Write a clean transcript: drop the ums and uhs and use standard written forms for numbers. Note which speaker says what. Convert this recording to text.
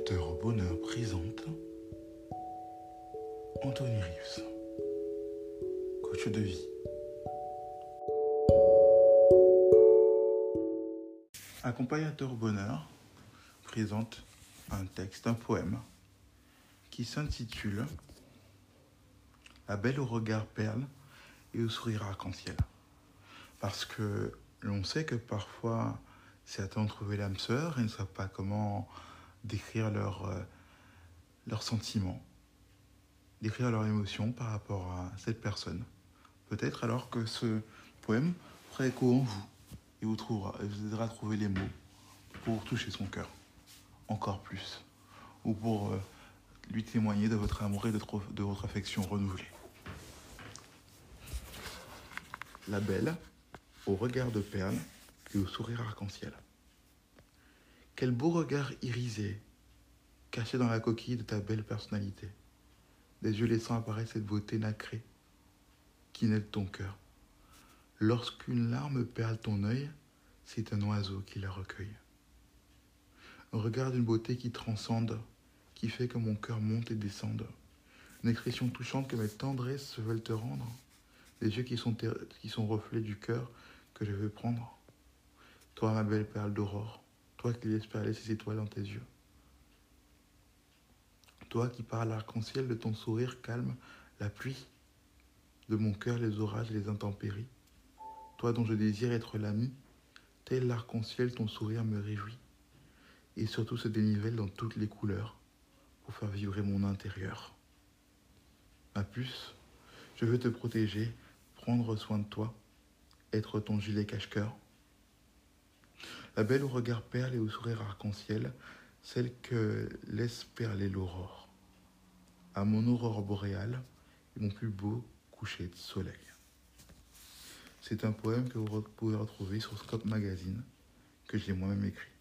Speaker 1: Accompagnateur au bonheur présente Anthony Rives, coach de vie. Accompagnateur au bonheur présente un texte, un poème qui s'intitule La belle au regard perle et au sourire arc-en-ciel. Parce que l'on sait que parfois certains ont trouvé l'âme sœur et ne savent pas comment décrire leurs sentiments, décrire leurs émotions par rapport à cette personne. Peut-être alors que ce poème fera écho en vous et vous aidera à trouver les mots pour toucher son cœur encore plus, ou pour lui témoigner de votre amour et de votre affection renouvelée. La belle, au regard de perle et au sourire arc-en-ciel. Quel beau regard irisé, caché dans la coquille de ta belle personnalité, des yeux laissant apparaître cette beauté nacrée qui naît de ton cœur. Lorsqu'une larme perle ton œil, c'est un oiseau qui la recueille. Un regard d'une beauté qui transcende, qui fait que mon cœur monte et descende. Une expression touchante que mes tendresses veulent te rendre. Des yeux qui sont reflets du cœur que je veux prendre. Toi, ma belle perle d'aurore, toi qui laisses perler ces étoiles dans tes yeux. Toi qui par l'arc-en-ciel de ton sourire calme la pluie, de mon cœur les orages et les intempéries. Toi dont je désire être l'ami, tel l'arc-en-ciel ton sourire me réjouit. Et surtout se dénivelle dans toutes les couleurs pour faire vibrer mon intérieur. Ma puce, je veux te protéger, prendre soin de toi, être ton gilet cache-cœur. La belle au regard perle et au sourire arc-en-ciel, celle que laisse perler l'aurore. À mon aurore boréale et mon plus beau coucher de soleil. C'est un poème que vous pouvez retrouver sur Scope Magazine, que j'ai moi-même écrit.